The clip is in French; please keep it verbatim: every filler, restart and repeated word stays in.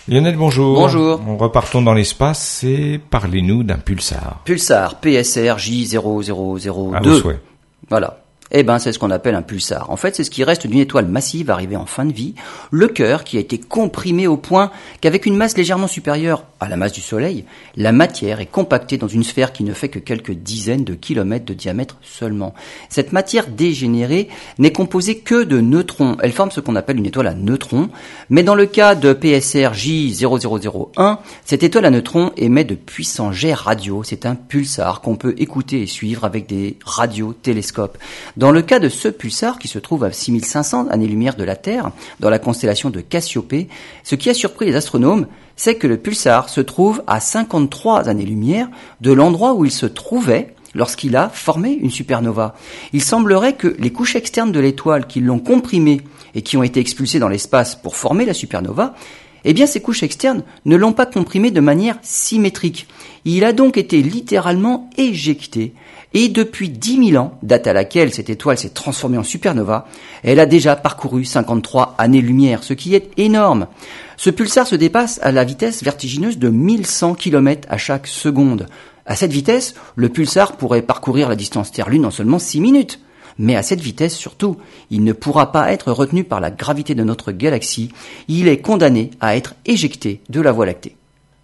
Lionel, bonjour. Bonjour. On repartons dans l'espace et parlez-nous d'un pulsar. Pulsar, P S R J zéro zéro zéro deux. À vos souhaits. Voilà. Eh ben, c'est ce qu'on appelle un pulsar. En fait, c'est ce qui reste d'une étoile massive arrivée en fin de vie, le cœur qui a été comprimé au point qu'avec une masse légèrement supérieure à la masse du Soleil, la matière est compactée dans une sphère qui ne fait que quelques dizaines de kilomètres de diamètre seulement. Cette matière dégénérée n'est composée que de neutrons. Elle forme ce qu'on appelle une étoile à neutrons, mais dans le cas de P S R J zéro zéro zéro un, cette étoile à neutrons émet de puissants jets radio. C'est un pulsar qu'on peut écouter et suivre avec des radiotélescopes. Dans le cas de ce pulsar, qui se trouve à six mille cinq cents années-lumière de la Terre, dans la constellation de Cassiopée, ce qui a surpris les astronomes, c'est que le pulsar se trouve à cinquante-trois années-lumière de l'endroit où il se trouvait lorsqu'il a formé une supernova. Il semblerait que les couches externes de l'étoile qui l'ont comprimé et qui ont été expulsées dans l'espace pour former la supernova, eh bien ces couches externes ne l'ont pas comprimé de manière symétrique. Il a donc été littéralement éjecté. Et depuis dix mille ans, date à laquelle cette étoile s'est transformée en supernova, elle a déjà parcouru cinquante-trois années-lumière, ce qui est énorme. Ce pulsar se dépasse à la vitesse vertigineuse de mille cent kilomètres à chaque seconde. À cette vitesse, le pulsar pourrait parcourir la distance Terre-Lune en seulement six minutes. Mais à cette vitesse, surtout, il ne pourra pas être retenu par la gravité de notre galaxie. Il est condamné à être éjecté de la Voie lactée.